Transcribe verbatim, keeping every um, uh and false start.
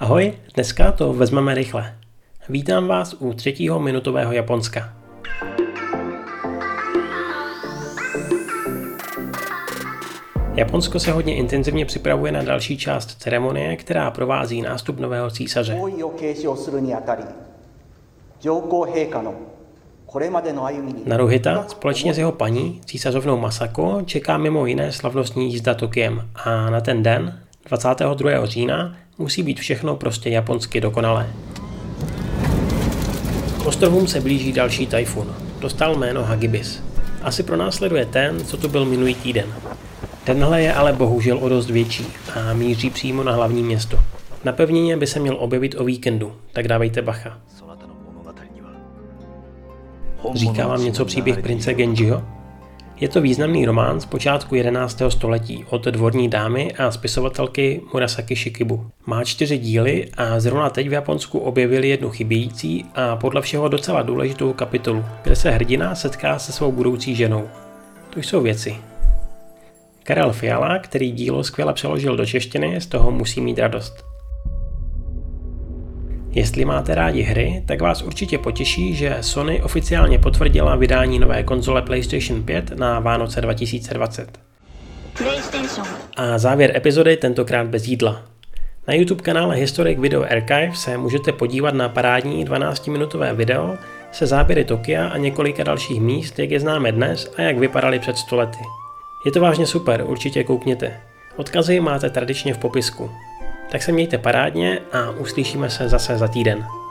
Ahoj, dneska to vezmeme rychle. Vítám vás u třetího minutového Japonska. Japonsko se hodně intenzivně připravuje na další část ceremonie, která provází nástup nového císaře. Naruhita společně s jeho paní, císařovnou Masako, čeká mimo jiné slavnostní jízda Tokiem a na ten den, dvacátého druhého října, musí být všechno prostě japonsky dokonalé. K ostrovům se blíží další tajfun. Dostal jméno Hagibis. Asi pronásleduje ten, co tu byl minulý týden. Tenhle je ale bohužel o dost větší a míří přímo na hlavní město. Na pevnině by se měl objevit o víkendu, tak dávejte bacha. Říká vám něco příběh prince Genjiho? Je to významný román z počátku jedenáctého století od dvorní dámy a spisovatelky Murasaki Shikibu. Má čtyři díly a zrovna teď v Japonsku objevili jednu chybějící a podle všeho docela důležitou kapitolu, kde se hrdina setká se svou budoucí ženou. To jsou věci. Karel Fiala, který dílo skvěle přeložil do češtiny, z toho musí mít radost. Jestli máte rádi hry, tak vás určitě potěší, že Sony oficiálně potvrdila vydání nové konzole PlayStation pět na Vánoce dva tisíce dvacet. A závěr epizody tentokrát bez jídla. Na YouTube kanále Historic Video Archive se můžete podívat na parádní dvanáctiminutové video se záběry Tokia a několika dalších míst, jak je známe dnes a jak vypadaly před sto lety. Je to vážně super, určitě koukněte. Odkazy máte tradičně v popisku. Tak se mějte parádně a uslyšíme se zase za týden.